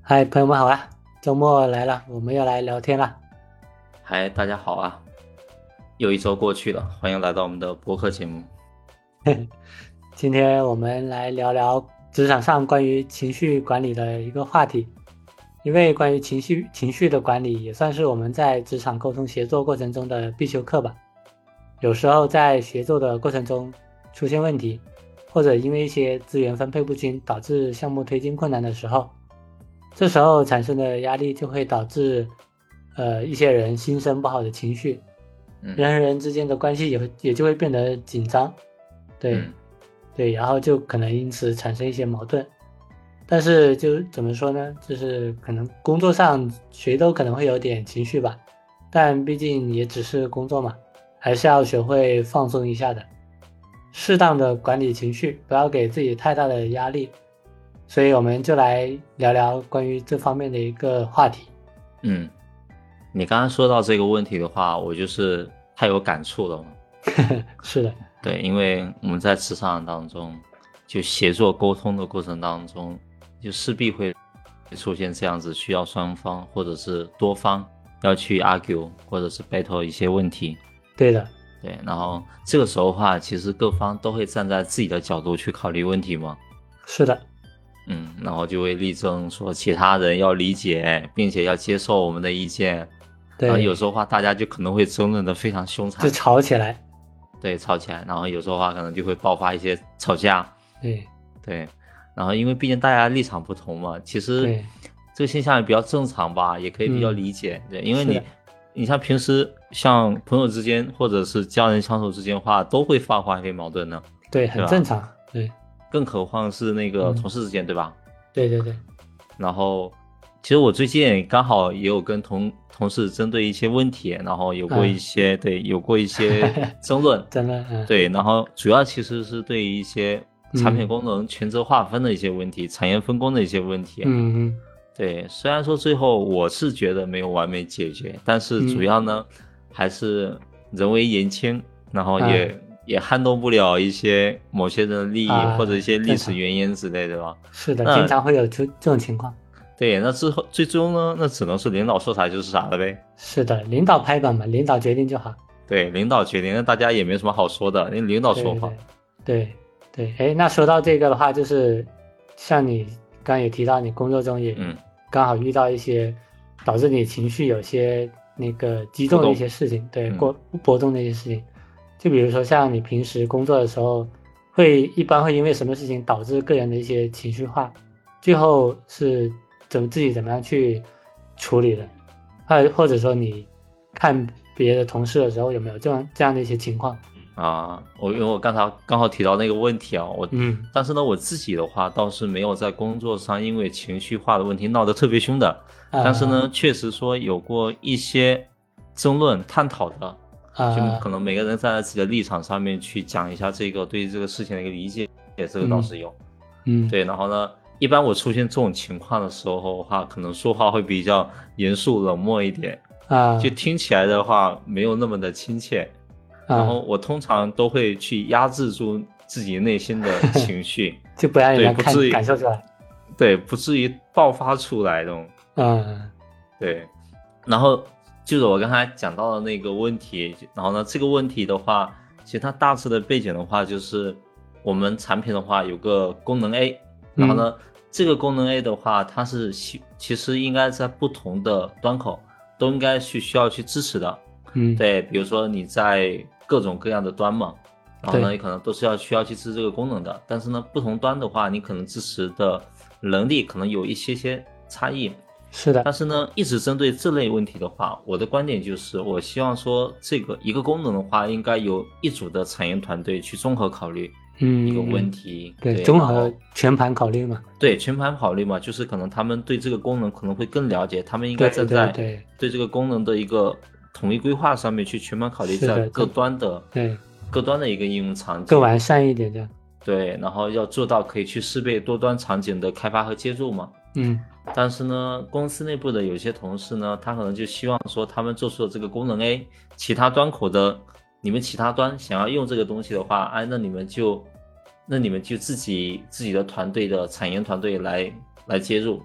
嗨，朋友们好啊！周末来了，我们要来聊天了。 嗨，大家好啊！又一周过去了，欢迎来到我们的播客节目。 今天我们来聊聊职场上关于情绪管理的一个话题。因为关于情绪的管理，也算是我们在职场沟通协作过程中的必修课吧。有时候在协作的过程中出现问题，或者因为一些资源分配不均导致项目推进困难的时候，这时候产生的压力就会导致一些人心生不好的情绪，人和人之间的关系也就会变得紧张，对，对，然后就可能因此产生一些矛盾。但是就怎么说呢，就是可能工作上谁都可能会有点情绪吧，但毕竟也只是工作嘛，还是要学会放松一下的，适当的管理情绪，不要给自己太大的压力。所以我们就来聊聊关于这方面的一个话题。 你刚刚说到这个问题的话，我就是太有感触了嘛。 是的， 对，因为我们在职场当中，就协作沟通的过程当中，就势必会出现这样子需要双方或者是多方要去 argue 或者是 battle 一些问题。 对的， 对，然后这个时候的话，其实各方都会站在自己的角度去考虑问题嘛。 是的， 然后就会力争说其他人要理解，并且要接受我们的意见。然后有对， 时候话大家就可能会争论的非常凶就残， 吵起来， 对，吵起来。然后有时候话可能就会爆发一些吵架， 对对。然后因为毕竟大家立场不同嘛，其实对， 这个现象也比较正常吧，也可以比较嗯， 理解。对，因为是的， 你像平时像朋友之间或者是家人相处之间的话，都会爆发一些矛盾的， 对， 对吧？ 很正常，对， 更何况是那个同事之间，对吧？ 对对对， 然后，其实我最近刚好也有跟同事针对一些问题，然后有过一嗯， 些争论， 真的， 对，然后主要其实是对于一些产品嗯功能权责划分的一些问题、产业分工的一些问题。 嗯对，虽然说最后我是觉得没有完美解决，但是主嗯要呢还是人为言轻，然后嗯也撼动不了一些某些人的利益或者一些历正常， 史原因之类的吧。 是的，经那常会有这种情况。 对，那之后最终呢，那只能是领导说啥就是啥了呗。 是的，领导拍板嘛，领导决定就好。 对，领导决定，那大家也没什么好说的，那领导说话。 对对对对，哎，那说到这个的话，就是像你刚刚也提到，你工作中也嗯， 刚好遇到一些导致你情绪有些那个激动的一互动。 些事情，对， 嗯波动的一些事情。就比如说像你平时工作的时候，一般会因为什么事情导致个人的一些情绪化，最后是自己怎么样去处理的？或者说你看别的同事的时候有没有这样的一些情况？ 因为我刚好提到那个问题啊， 嗯但是呢，我自己的话倒是没有在工作上因为情绪化的问题闹得特别凶的，但是啊呢，确实说有过一些争论探讨的，就可啊能每个人站在自己的立场上面去讲一下这个对于这个事情的一个理解，这个倒嗯是有。 嗯对，然后呢，一般我出现这种情况的时候的话，可能说话会比较严肃冷漠一点，就啊听起来的话没有那么的亲切。然后啊， 我通常都会去压制住自己内心的情绪， 就不让人对， 家不至于， 感受出来。 对，不至于爆发出来的。 嗯对，然后就是我刚才讲到的那个问题，然后呢，这个问题的话，其实它大致的背景的话，就是我们产品的话有个功能 A，然后嗯呢，这个功能 A 的话，它是其实应该在不同的端口都应该需要去支持的。 嗯， 对，比如说你在各种各样的端嘛，然后呢， 对， 你可能都是需要去支持这个功能的，但是呢，不同端的话，你可能支持的能力可能有一些差异。 是的， 但是呢，一直针对这类问题的话，我的观点就是，我希望说这个一个功能的话，应该由一组的产业团队去综合考虑一个问题。 对， 对， 综合然后全盘考虑嘛。 对全盘考虑嘛，就是可能他们对这个功能可能会更了解，他们应该对站在对对， 对这个功能的一个统一规划上面去全盘考虑是的， 在对各端的一个应用场景。 更完善一点这样。 对，然后要做到可以去适配多端场景的开发和接入嘛。 嗯但是呢，公司内部的有些同事呢，他可能就希望说，他们做出的这个功能 A，其他端口的你们其他端想要用这个东西的话，哎，那你们就自己的团队的产研团队来接入。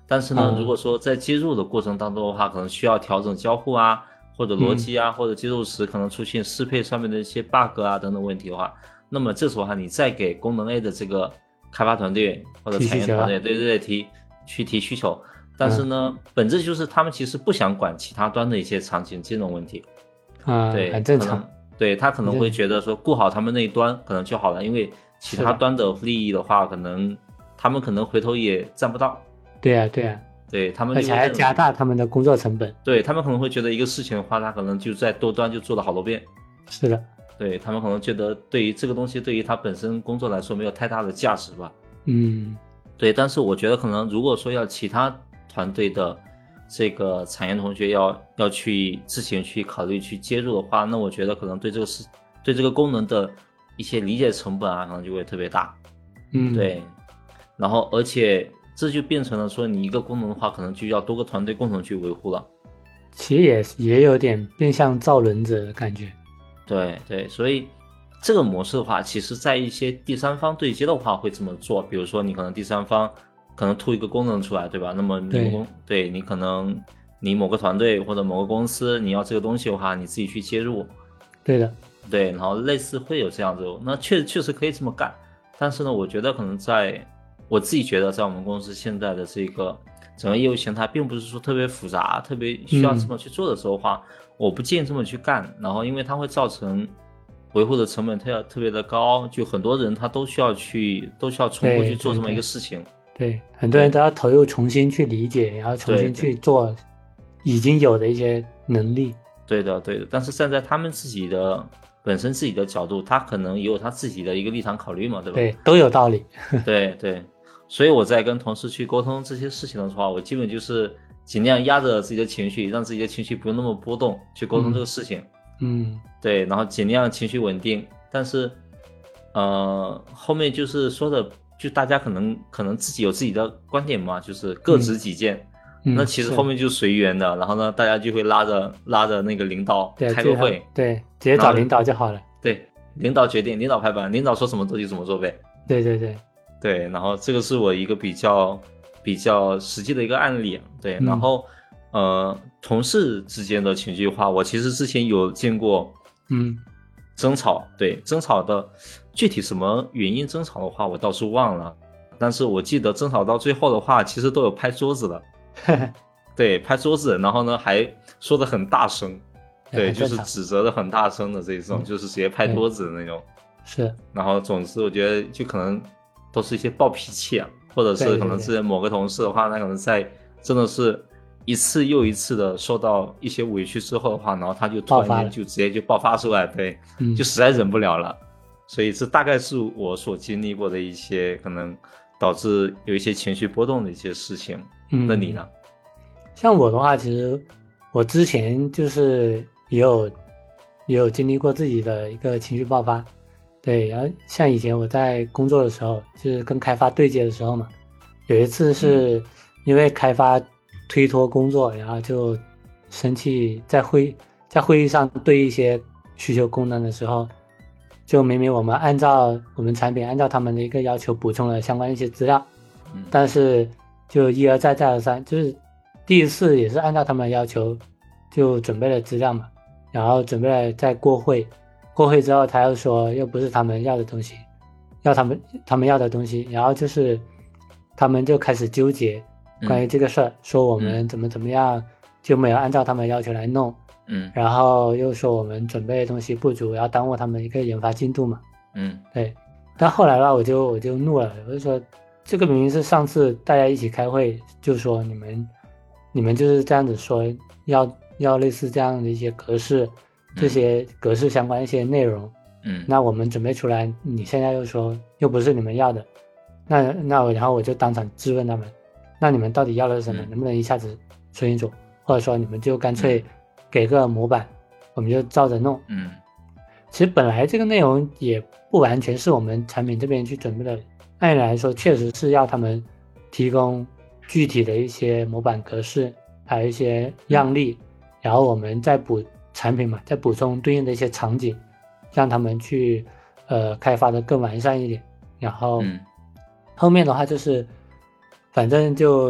但是呢，如果说在接入的过程当中的话，可能需要调整交互啊，或者逻辑啊，或者接入时可能出现适配上面的一些 bug 啊等等问题的话，那么这时候的话，你再给功能 A 的这个开发团队或者产业团队对提需求，但是呢，本质就是他们其实不想管其他端的一些场景这种问题，对， 很正常。 对，他可能会觉得说顾好他们那一端可能就好了，因为其他端的利益的话，可能他们可能回头也占不到。 对啊， 对他们而且还加大他们的工作成本。 对，他们可能会觉得一个事情的话，他可能就在多端就做了好多遍。 是的。 对，他们可能觉得对于这个东西对于他本身工作来说没有太大的价值吧。对，但是我觉得可能如果说要其他团队的这个产业同学要去自行去考虑去接入的话，那我觉得可能对这个功能的一些理解成本啊，可能就会特别大。对，然后而且这就变成了说你一个功能的话，可能就要多个团队共同去维护了。 其实也有点变相造轮子的感觉。 对，所以这个模式的话，其实在一些第三方对接的话会这么做，比如说你可能第三方可能吐一个功能出来，对吧？那么你可能你某个团队或者某个公司你要这个东西的话，你自己去接入。 对的。 对，然后类似会有这样子，那确实可以这么干。但是呢，我觉得可能我自己觉得在我们公司现在的这个整个业务形态并不是说特别复杂，特别需要这么去做的时候的话，我不建议这么去干。然后因为它会造成维护的成本特别的高，就很多人他都需要重复去做这么一个事情。 对，很多人都要投入重新去理解，然后重新去做已经有的一些能力。 对的，但是站在他们本身自己的角度，他可能也有他自己的一个立场考虑嘛，对吧？ 对，都有道理。 对，所以我在跟同事去沟通这些事情的话，我基本就是尽量压着自己的情绪，让自己的情绪不用那么波动，去沟通这个事情。对，然后尽量情绪稳定。但是后面就是说的，就大家可能自己有自己的观点嘛，就是各执己见。那其实后面就随缘的，然后呢，大家就会拉着那个领导开个会， 对，直接找领导就好了。 对，领导决定，领导拍板，领导说什么做就怎么做呗。对，然后这个是我一个比较实际的一个案例。对，然后同事之间的情绪化，我其实之前有见过争吵。对，争吵的具体什么原因争吵的话我倒是忘了，但是我记得争吵到最后的话其实都有拍桌子的。对，拍桌子，然后呢还说的很大声。对，就是指责的很大声的这种，就是直接拍桌子的那种。 是。 然后总之我觉得就可能都是一些暴脾气啊，或者是可能是某个同事的话，他可能在真的是一次又一次的受到一些委屈之后的话，然后他就突然间就直接就爆发出来。对，就实在忍不了了。所以这大概是我所经历过的一些可能导致有一些情绪波动的一些事情。那你呢？ 像我的话，其实我之前就是也有经历过自己的一个情绪爆发。对，然后像以前我在工作的时候，就是跟开发对接的时候嘛，有一次是因为开发推脱工作，然后就生气，在会议上对一些需求功能的时候，就明明我们按照我们产品按照他们的一个要求补充了相关一些资料，但是就一而再再而三，就是第一次也是按照他们的要求就准备了资料嘛，然后准备了再过会之后他又说又不是他们要的东西，要他们要的东西，然后就是他们就开始纠结关于这个事儿，说我们怎么样就没有按照他们的要求来弄，然后又说我们准备的东西不足，要耽误他们一个研发进度嘛。对，但后来吧我就怒了，我就说这个明明是上次大家一起开会就说你们就是这样子说要类似这样的一些格式，这些格式相关一些内容，那我们准备出来，你现在又说又不是你们要的，那然后我就当场质问他们，那你们到底要的是什么？能不能一下子说清楚，或者说你们就干脆给个模板，我们就照着弄。其实本来这个内容也不完全是我们产品这边去准备的，按理来说确实是要他们提供具体的一些模板格式，还有一些样例，然后我们再补产品嘛，再补充对应的一些场景，让他们去开发的更完善一点。然后后面的话就是反正就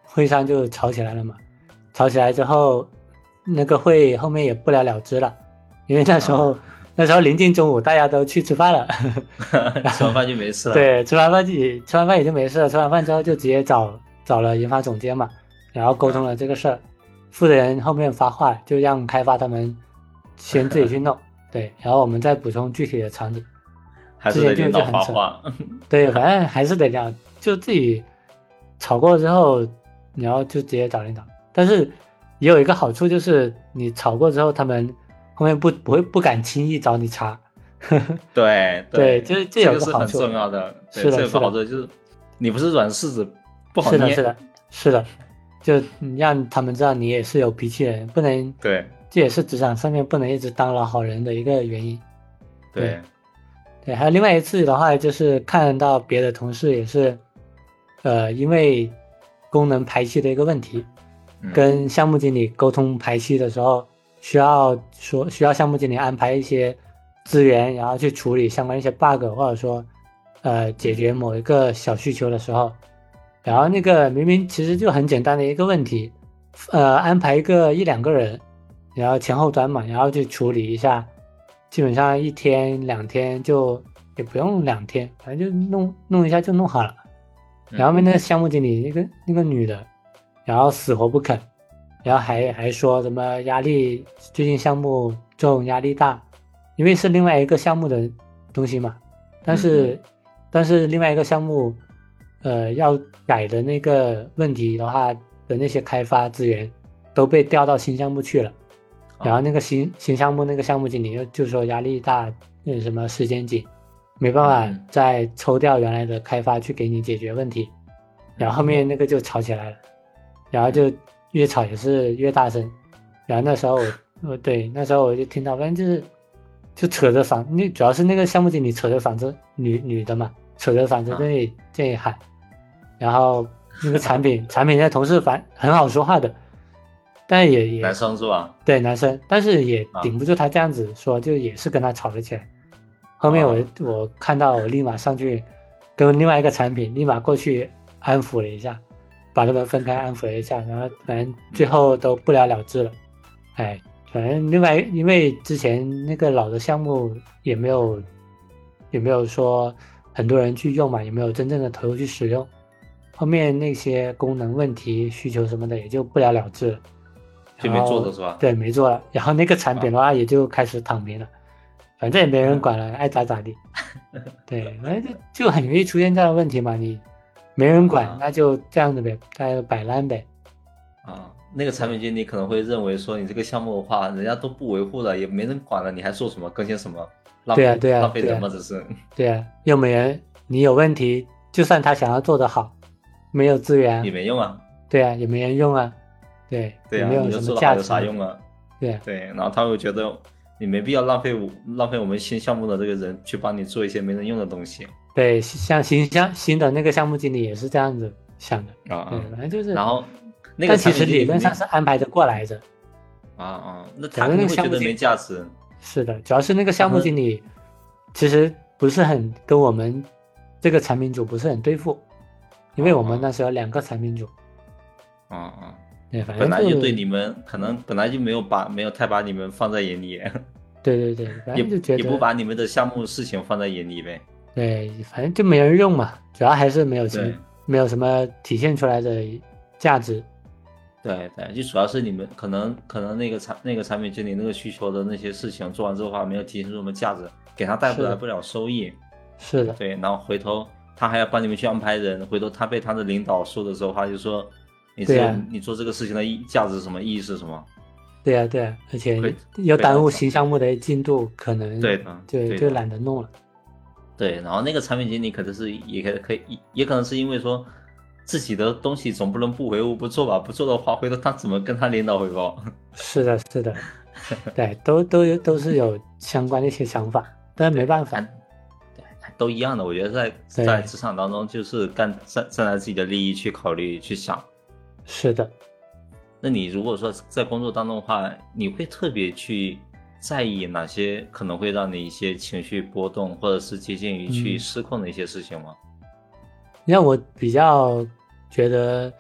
会上就吵起来了嘛，吵起来之后，那个会后面也不了了之了，因为那时候临近中午，大家都去吃饭了， 吃完饭就没事了。 对，吃完饭也就没事了，吃完饭之后就直接找了研发总监嘛，然后沟通了这个事儿，负责人后面发话，就让开发他们先自己去弄，对，然后我们再补充具体的场景。 还是得领导发话。 对，反正还是得这样，就自己吵过之后，然后就直接找领导。但是也有一个好处，就是你吵过之后，他们后面不敢轻易找你茬。 对对，这有个好处， 是很重要的。 是的， 这有个好处就是你不是软柿子，不好捏。 是的，就让他们知道你也是有脾气的人，不能。 对， 这也是职场上面不能一直当老好人的一个原因。对，还有另外一次的话，就是看到别的同事也是，因为功能排期的一个问题，跟项目经理沟通排期的时候，需要项目经理安排一些资源，然后去处理相关一些 bug， 或者说，解决某一个小需求的时候，然后那个明明其实就很简单的一个问题，安排1-2个人，然后前后端嘛，然后去处理一下。基本上1天2天就也不用2天，反正就弄一下就弄好了。然后那个项目经理那个女的，然后死活不肯，然后还说什么压力，最近项目重压力大，因为是另外一个项目的东西嘛。但是另外一个项目，要改的那个问题的话的那些开发资源都被调到新项目去了。然后那个新项目那个项目经理就说压力大，什么时间紧，没办法再抽调原来的开发去给你解决问题。然后后面那个就吵起来了，然后就越吵也是越大声。然后那时候我就听到，反正就扯着嗓，那主要是那个项目经理扯着嗓子，女的嘛，扯着嗓子这里喊。然后那个产品的同事很好说话的。但也男生是吧？ 对，男生，但是也顶不住他这样子说，就也是跟他吵了起来。后面我看到，我立马上去跟另外一个产品立马过去安抚了一下，把他们分开安抚了一下，然后反正最后都不了了之了。哎，反正因为之前那个老的项目也没有说很多人去用嘛，也没有真正的投入去使用，后面那些功能问题需求什么的也就不了了之了。 就没做的是吧？ 对，没做了。然后那个产品的话也就开始躺平了，反正也没人管了，爱咋咋地。对，反正就很容易出现这样的问题嘛，你没人管，那就这样子呗，大家摆烂呗。 那个产品经理可能会认为说，你这个项目的话，人家都不维护了，也没人管了，你还做什么更新什么？浪费人嘛，这是。对啊， 又没人，你有问题，就算他想要做得好，没有资源也没用啊。 对啊，也没人用啊。对啊， 你就做得好有啥用啊？ 对， 然后他会觉得你没必要浪费我们新项目的这个人去帮你做一些没人用的东西。 对，像新的那个项目经理也是这样子想的对，反正就是。 然后那个但其实理论上是安排的过来着。 那他肯定会觉得没价值。 是的，主要是那个项目经理其实不是很跟我们这个产品组不是很对付，因为我们那时候2个产品组。对，反正本来就对你们可能本来就没有太把你们放在眼里。 对，反正就觉得也不把你们的项目事情放在眼里呗。 对，反正就没人用嘛，主要还是没有什么体现出来的价值。 对，就主要是你们可能那个产品经理那个需求的那些事情做完之后的话，没有体现出什么价值，给他带不了收益。 是的。 对，然后回头他还要帮你们去安排人，回头他被他的领导说的时候，他就说你做这个事情的价值是什么，意义是什么？ 对啊，而且又耽误新项目的进度，可能就懒得弄了。 对，然后那个产品经理可能是也可能是因为说自己的东西总不能不维护不做吧，不做的话，回头他怎么跟他领导汇报？ 是的，对，都是有相关的一些想法，但没办法。 对，都一样的，我觉得在职场当中就是站在自己的利益去考虑去想。 是的。 那你如果说在工作当中的话，你会特别去在意哪些可能会让你一些情绪波动，或者是接近于去失控的一些事情吗？ 让我比较觉得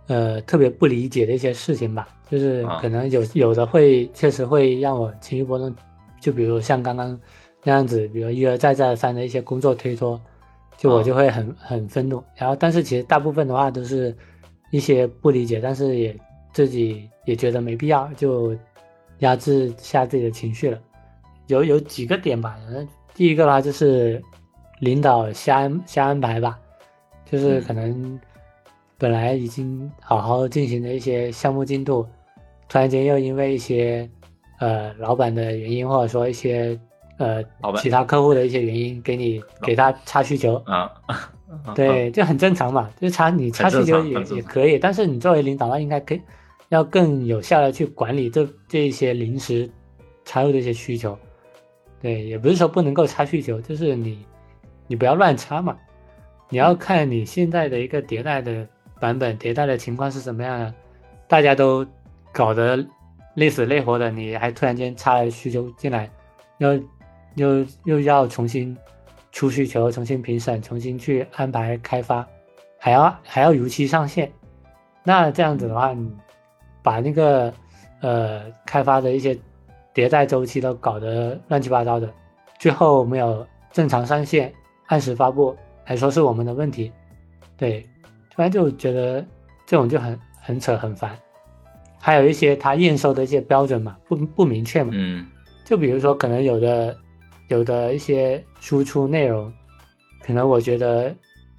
特别不理解的一些事情吧，就是可能有的会确实会让我情绪波动，就比如像刚刚那样子，比如一而再再而三的一些工作推脱，就我就会很愤怒。然后但是其实大部分的话都是一些不理解，但是自己也觉得没必要，就压制下自己的情绪了。有几个点吧，第一个的话就是领导瞎安排吧，就是可能本来已经好好进行的一些项目进度，突然间又因为一些老板的原因，或者说一些其他客户的一些原因，给他插需求啊， 对，就很正常嘛，就是你插需求也可以，但是你作为领导，那应该要更有效的去管理这一些临时插入的一些需求。对，也不是说不能够插需求，就是你不要乱插嘛，你要看你现在的一个迭代的版本，迭代的情况是什么样的，大家都搞得累死累活的，你还突然间插了需求进来，又要重新出需求，重新评审，重新去安排开发，还要如期上线。那这样子的话，你把那个开发的一些迭代周期都搞得乱七八糟的，最后没有正常上线，按时发布，还说是我们的问题。对，突然就觉得这种就很扯很烦。还有一些他验收的一些标准嘛，不明确嘛。就比如说可能有的一些输出内容，可能我觉得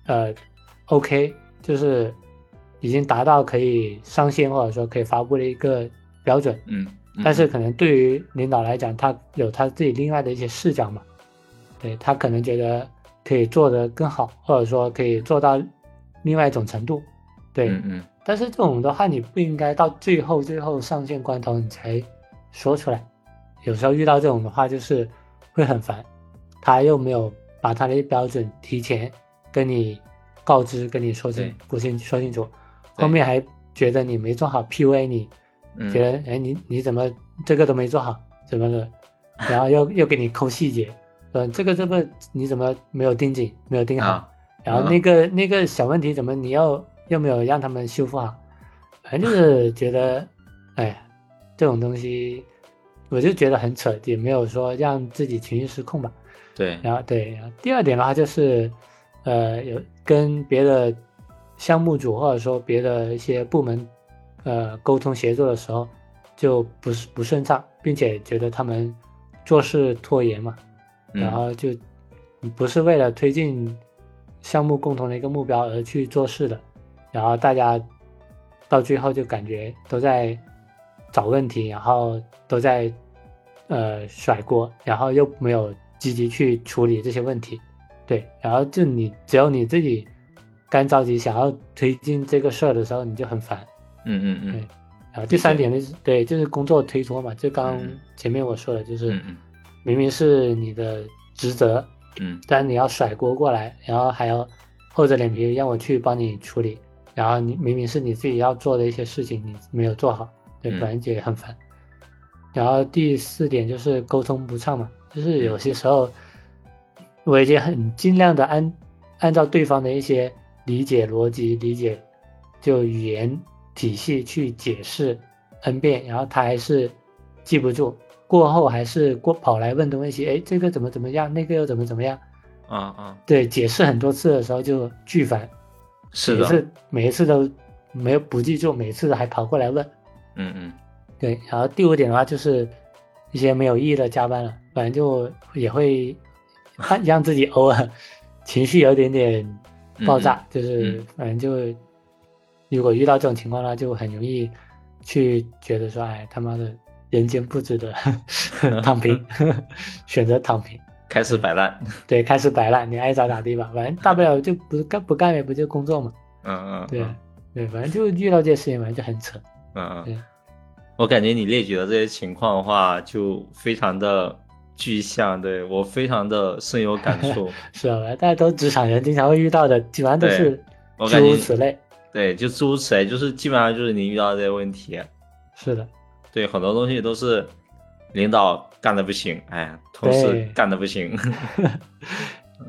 OK， 就是已经达到可以上线或者说可以发布的一个标准。但是可能对于领导来讲，他有他自己另外的一些视角嘛，对，他可能觉得可以做得更好，或者说可以做到另外一种程度。对，但是这种的话，你不应该到最后上线关头你才说出来。有时候遇到这种的话，就是会很烦，他又没有把他的标准提前跟你告知，跟你说清楚，后面还觉得你没做好 PUA 你，觉得你怎么这个都没做好怎么的，然后又给你抠细节，这个你怎么没有盯紧，没有盯好，然后那个小问题怎么你又没有让他们修复好，反正就是觉得这种东西我就觉得很扯，也没有说让自己情绪失控吧。 对， 然后第二点的话就是有跟别的项目组或者说别的一些部门沟通协作的时候就不顺畅，并且觉得他们做事拖延嘛，然后就不是为了推进项目共同的一个目标而去做事的，然后大家到最后就感觉都在找问题，然后都在甩锅，然后又没有积极去处理这些问题。对，然后就只有你自己干着急想要推进这个事儿的时候，你就很烦。对，然后第三点就是工作推脱嘛，就刚前面我说的，就是明明是你的职责，但你要甩锅过来，然后还要厚着脸皮让我去帮你处理，然后你明明是你自己要做的一些事情你没有做好，对，反正也很烦。然后第四点就是沟通不畅嘛，就是有些时候我已经很尽量的按照对方的一些理解逻辑、就语言体系去解释 N 遍，然后他还是记不住，过后还是跑来问东问西，这个怎么样，那个又怎么样对，解释很多次的时候就巨烦， 是的， 每一次都没有不记住，每次还跑过来问。对，然后第五点的话就是一些没有意义的加班了，反正就也会让自己偶尔情绪有点爆炸，就是反正就如果遇到这种情况呢，就很容易去觉得说，他妈的人间不值得躺平，选择躺平， 开始摆烂。 对，开始摆烂，你爱咋咋地吧，反正大不了就不干也不就工作嘛。对，反正就遇到这些事情，反正就很扯。对。 我感觉你列举的这些情况的话，就非常的具象，对，我非常的深有感触。 是啊，大家都职场人经常会遇到的，基本上都是诸如此类。 对，就诸如此类，就是基本上就是你遇到的这些问题。 是的， 对，很多东西都是领导干的不行，同事干的不行。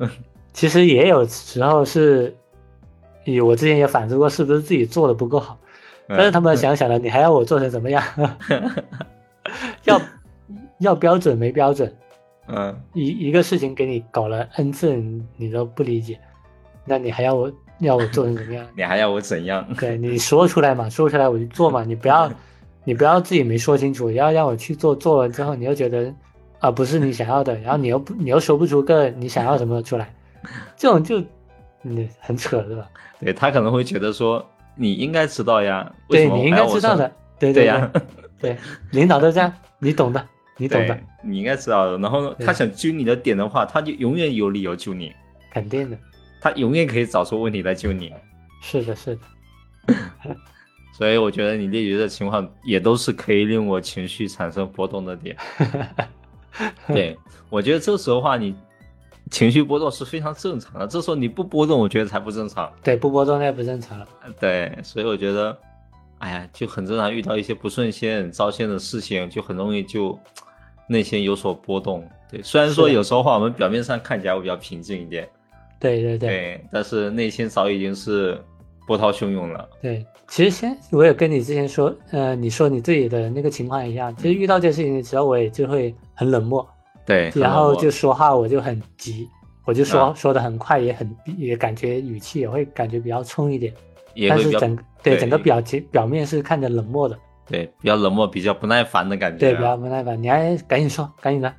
其实也有时候是，我之前也反思过，是不是自己做的不够好。 但是他们想了，你还要我做成怎么样？要标准没标准，一个事情给你搞了 N次，你都不理解，那你还要我做成怎么样？ 你还要我怎样？ 对，你说出来嘛，说出来我就做嘛，你不要自己没说清楚，要让我去做，做了之后你又觉得不是你想要的，然后你又说不出个你想要什么出来，这种就很扯是吧？ 对，他可能会觉得说你应该知道呀，为什么对，你应该知道的， 对呀， 对，领导都这样，你懂的，你应该知道的。然后呢，他想揪你的点的话，他就永远有理由揪你， 肯定的， 他永远可以找出问题来揪你。 是的。 所以我觉得你列举的情况也都是可以令我情绪产生波动的点。对，我觉得这时候的话，你情绪波动是非常正常的。这时候你不波动，我觉得才不正常。 对，不波动那不正常了。 对，所以我觉得，哎呀，就很正常，遇到一些不顺心、糟心的事情，就很容易就内心有所波动。对，虽然说有时候的话，我们表面上看起来会比较平静一点。对，但是内心早已经是波涛汹涌了。 对，其实我也跟你之前说，你说你自己的那个情况一样，其实遇到这事情的时候，我也就会很冷漠。 对， 然后就说话我就很急，我就说的很快，也感觉语气也会感觉比较冲一点，但是整个表面是看着冷漠的。 对，比较冷漠，比较不耐烦的感觉。 对，比较不耐烦，你还赶紧说，赶紧的。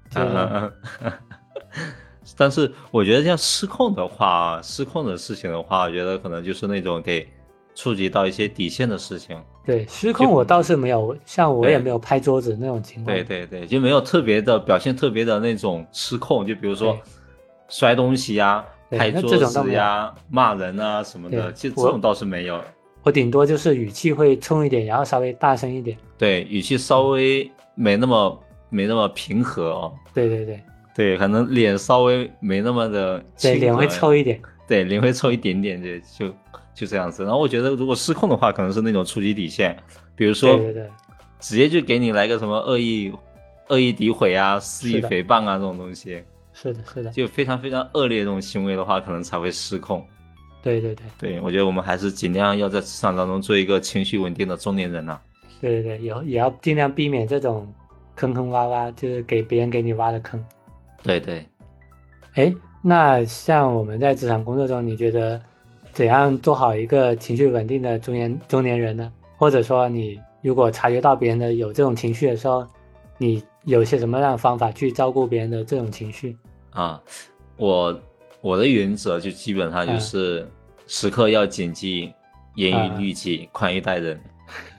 但是我觉得像失控的事情的话，我觉得可能就是那种给触及到一些底线的事情。 对，失控我倒是没有，像我也没有拍桌子那种情况。 对，就没有特别的表现，特别的那种失控，就比如说摔东西呀、拍桌子呀、骂人啊什么的，就这种倒是没有。 我顶多就是语气会冲一点，然后稍微大声一点。 对，语气稍微没那么平和哦。 对， 可能脸稍微没那么的亲和， 对，脸会臭一点。 对，脸会臭一点点，就这样子。然后我觉得如果失控的话，可能是那种触及底线，比如说直接就给你来个什么恶意诋毁啊、肆意诽谤啊这种东西。 是的， 就非常非常恶劣这种行为的话，可能才会失控。对，我觉得我们还是尽量要在职场当中做一个情绪稳定的中年人啊。 对，也要尽量避免这种坑坑洼洼，就是别人给你挖的坑。 对。 哎，那像我们在职场工作中，你觉得怎样做好一个情绪稳定的中年人呢？或者说你如果察觉到别人的有这种情绪的时候，你有些什么样的方法去照顾别人的这种情绪啊？我的原则就基本上就是时刻要谨记严于律己，宽于待人。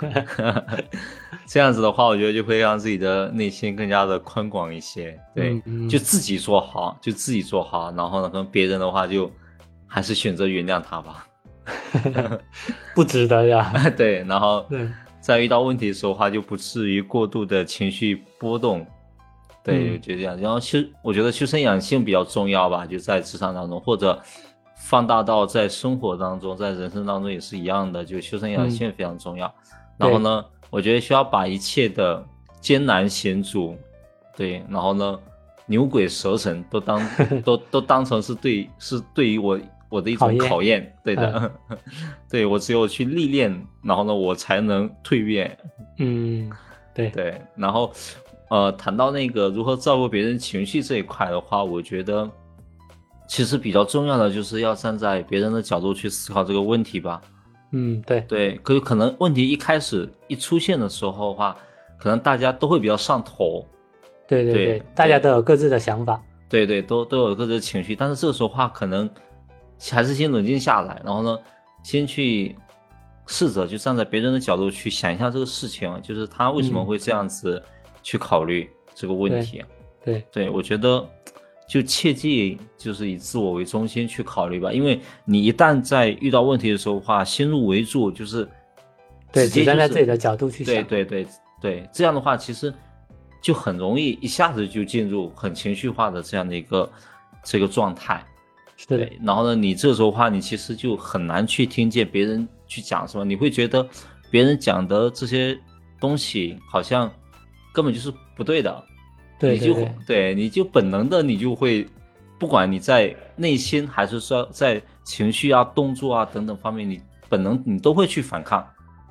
这样子的话，我觉得就会让自己的内心更加的宽广一些。对，就自己做好，然后呢，跟别人的话就还是选择原谅他吧。 不值得呀。 对，然后在遇到问题的时候的话，就不至于过度的情绪波动。对，就这样。然后我觉得修身养性比较重要吧，就在职场当中，或者放大到在生活当中，在人生当中也是一样的，就修身养性非常重要。然后呢，我觉得需要把一切的艰难险阻，对，然后呢，牛鬼蛇神都当成是对于我的一种考验。对的，对，我只有去历练，然后呢，我才能蜕变。对，然后谈到那个如何照顾别人情绪这一块的话，我觉得其实比较重要的就是要站在别人的角度去思考这个问题吧。对，可能问题一开始一出现的时候的话，可能大家都会比较上头。 对，大家都有各自的想法。 对，都有各自的情绪，但是这个时候的话，可能还是先冷静下来，然后呢，先去试着就站在别人的角度去想一下这个事情，就是他为什么会这样子去考虑这个问题。对，我觉得就切记就是以自我为中心去考虑吧，因为你一旦在遇到问题的时候的话，先入为主，就是只站在自己的角度去想。 对，这样的话其实就很容易一下子就进入很情绪化的这样的这个状态。对，然后呢，你这时候的话，你其实就很难去听见别人去讲什么，你会觉得别人讲的这些东西好像根本就是不对的。你就本能的，你就会，不管你在内心还是说在情绪啊、动作啊等等方面，你本能你都会去反抗。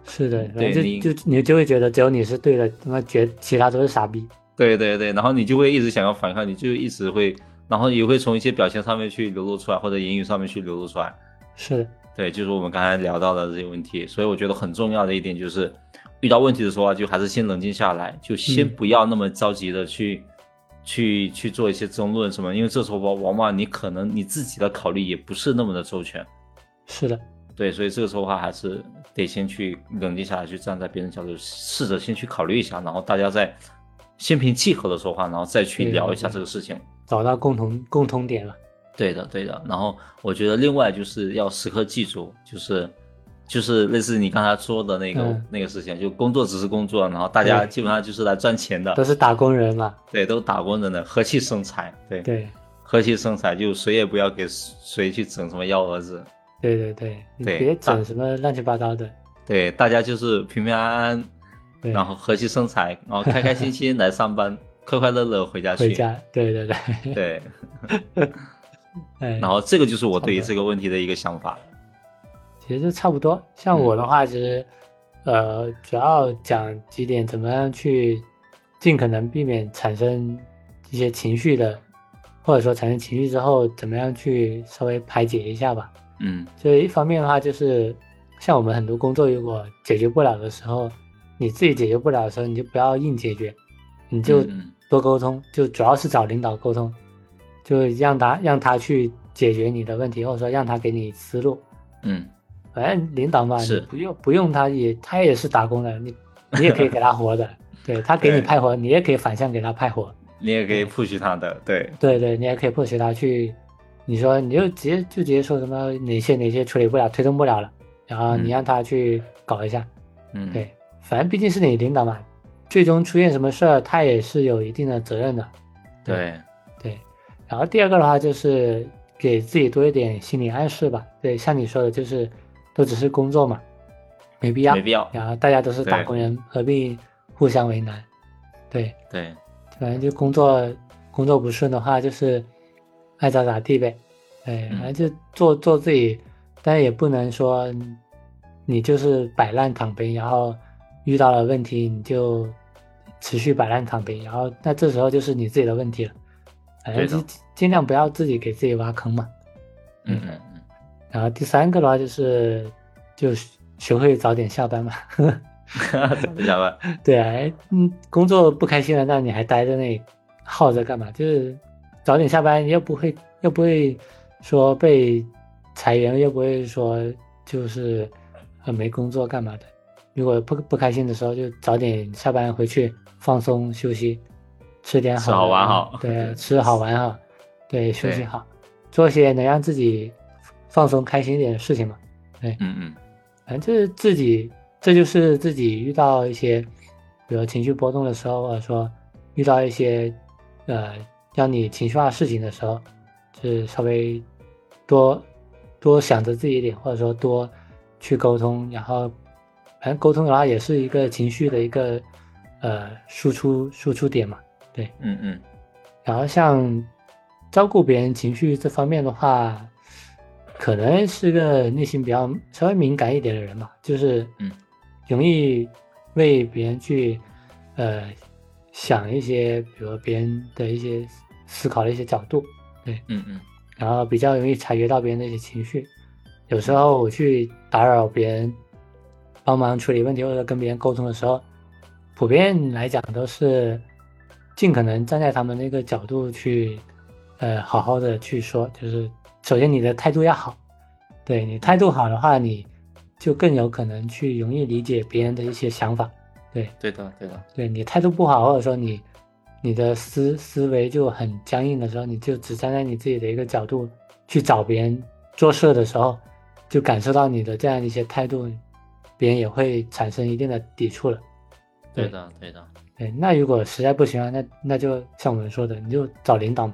是的， 对你就会觉得只有你是对的，他妈其他都是傻逼。 对，然后你就会一直想要反抗，你就一直会，然后也会从一些表现上面去流露出来，或者言语上面去流露出来。 是的， 对，就是我们刚才聊到的这些问题，所以我觉得很重要的一点就是，遇到问题的时候啊，就还是先冷静下来，就先不要那么着急的去做一些争论什么，因为这时候往往你可能你自己的考虑也不是那么的周全。 是的， 对，所以这个时候的话还是得先去冷静下来，去站在别人角度，试着先去考虑一下，然后大家再心平气和的说话，然后再去聊一下这个事情， 找到共同点了。 对的。然后我觉得另外就是要时刻记住，就是类似你刚才说的那个事情，就工作只是工作，然后大家基本上就是来赚钱的， 都是打工人嘛。 对，都打工人的，和气生财。 对， 和气生财，就谁也不要给谁去整什么幺蛾子。 对，你别整什么乱七八糟的。 对，大家就是平平安安，然后和气生财，然后开开心心来上班，快快乐乐回家去。 回家，对。 对。然后这个就是我对于这个问题的一个想法。 其实就差不多。像我的话，其实主要讲几点，怎么样去尽可能避免产生一些情绪的，或者说产生情绪之后，怎么样去稍微排解一下吧。所以一方面的话，就是像我们很多工作，如果解决不了的时候，你自己解决不了的时候，你就不要硬解决，你就多沟通，就主要是找领导沟通，就让他去解决你的问题，或者说让他给你思路。反正领导嘛，你不用他也是打工的，你也可以给他活的。对，他给你派活，你也可以反向给他派活， 你也可以 push 他的。对， 你也可以 push 他去。你说你就直接说什么哪些处理不了推动不了了，然后你让他去搞一下。对，反正毕竟是你领导嘛，最终出现什么事儿他也是有一定的责任的。 对， 然后第二个的话就是给自己多一点心理暗示吧。对，像你说的就是都只是工作嘛，没必要，然后大家都是打工人，何必互相为难。对，反正就工作不顺的话就是爱咋地呗。反正就做自己，但也不能说你就是摆烂躺平，然后遇到了问题你就持续摆烂躺平，然后那这时候就是你自己的问题了。反正就尽量不要自己给自己挖坑嘛。然后第三个的话就是学会早点下班嘛。 早点下班。 对啊，工作不开心了，那你还待在那里耗着干嘛？就是早点下班，又不会说被裁员，又不会说就是没工作干嘛的。如果不开心的时候，就早点下班回去放松休息，吃点好， 吃好玩好。 对，吃好玩好，对，休息好，做些能让自己放松开心一点的事情嘛。对，反正就是这就是自己遇到一些比如情绪波动的时候，或者说遇到一些让你情绪化事情的时候，就是稍微多想着自己一点，或者说多去沟通。然后反正沟通的话也是一个情绪的一个输出点嘛。对，然后像照顾别人情绪这方面的话，可能是个内心比较稍微敏感一点的人嘛，就是容易为别人去想一些比如别人的一些思考的一些角度。对，然后比较容易察觉到别人的一些情绪。有时候我去打扰别人帮忙处理问题或者跟别人沟通的时候，普遍来讲都是尽可能站在他们那个角度去好好的去说。就是首先你的态度要好，对，你态度好的话，你就更有可能去容易理解别人的一些想法。对的，对，你态度不好，或者说你的思维就很僵硬的时候，你就只站在你自己的一个角度去找别人做事的时候，就感受到你的这样一些态度，别人也会产生一定的抵触了。 对的。 对，那如果实在不行啊，那就像我们说的，你就找领导嘛。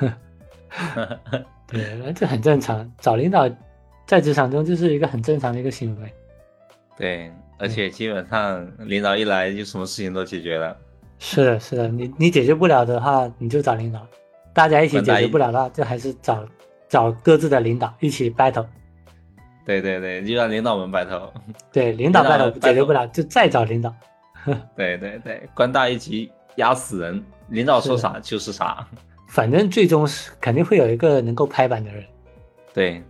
对，这很正常，找领导在职场中就是一个很正常的一个行为。 对，而且基本上领导一来就什么事情都解决了。 是的，你解决不了的话，你就找领导；大家一起解决不了的话，就还是找各自的领导一起 battle。 对对对，就让领导们白头。 对，领导 battle 解决不了，就再找领导。 对对对，官大一级压死人，领导说啥就是啥。 反正最终是肯定会有一个能够拍板的人。 对，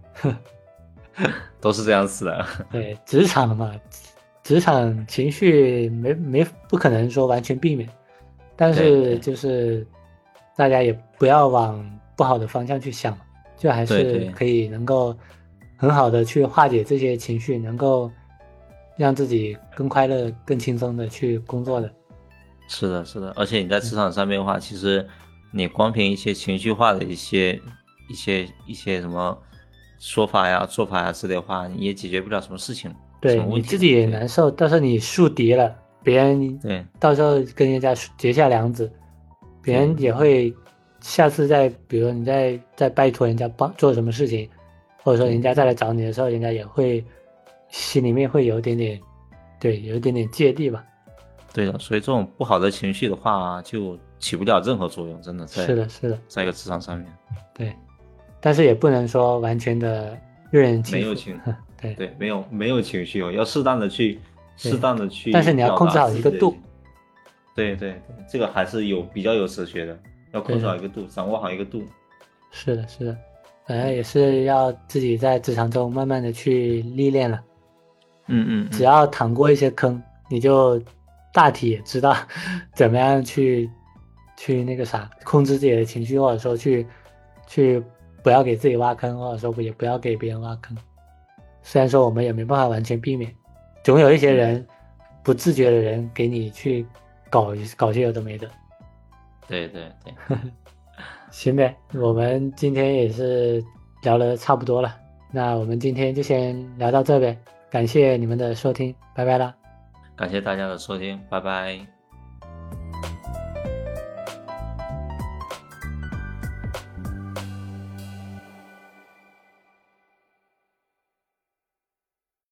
都是这样子的。 对，职场嘛，职场情绪不可能说完全避免，但是就是大家也不要往不好的方向去想，就还是可以能够很好的去化解这些情绪，能够让自己更快乐、更轻松的去工作的。 是的，是的，而且你在职场上面的话，其实你光凭一些情绪化的一些什么说法呀、做法呀之类的话，你也解决不了什么事情。 对，你自己也难受，到时候你树敌了，别人对， 到时候跟人家结下梁子，别人也会下次比如你再拜托人家做什么事情，或者说人家再来找你的时候，人家也会心里面会有一点点芥蒂吧。 对的，所以这种不好的情绪的话，就起不了任何作用，真的。 是的，是的， 在一个职场上面。 对，但是也不能说完全的任人欺负。 没有情， 对对，没有情绪哦，要适当的去。 但是你要控制好一个度。 对对对，这个还是比较有哲学的，要控制好一个度，掌握好一个度。 是的，是的，反正也是要自己在职场中慢慢的去历练了。只要淌过一些坑，你就大体也知道怎么样去那个啥控制自己的情绪，或者说去不要给自己挖坑，或者说也不要给别人挖坑。虽然说我们也没办法完全避免，总有一些人不自觉的人给你去搞些有的没的。 对对对。 行呗，我们今天也是聊得差不多了，那我们今天就先聊到这呗，感谢你们的收听，拜拜啦。 感谢大家的收听，拜拜。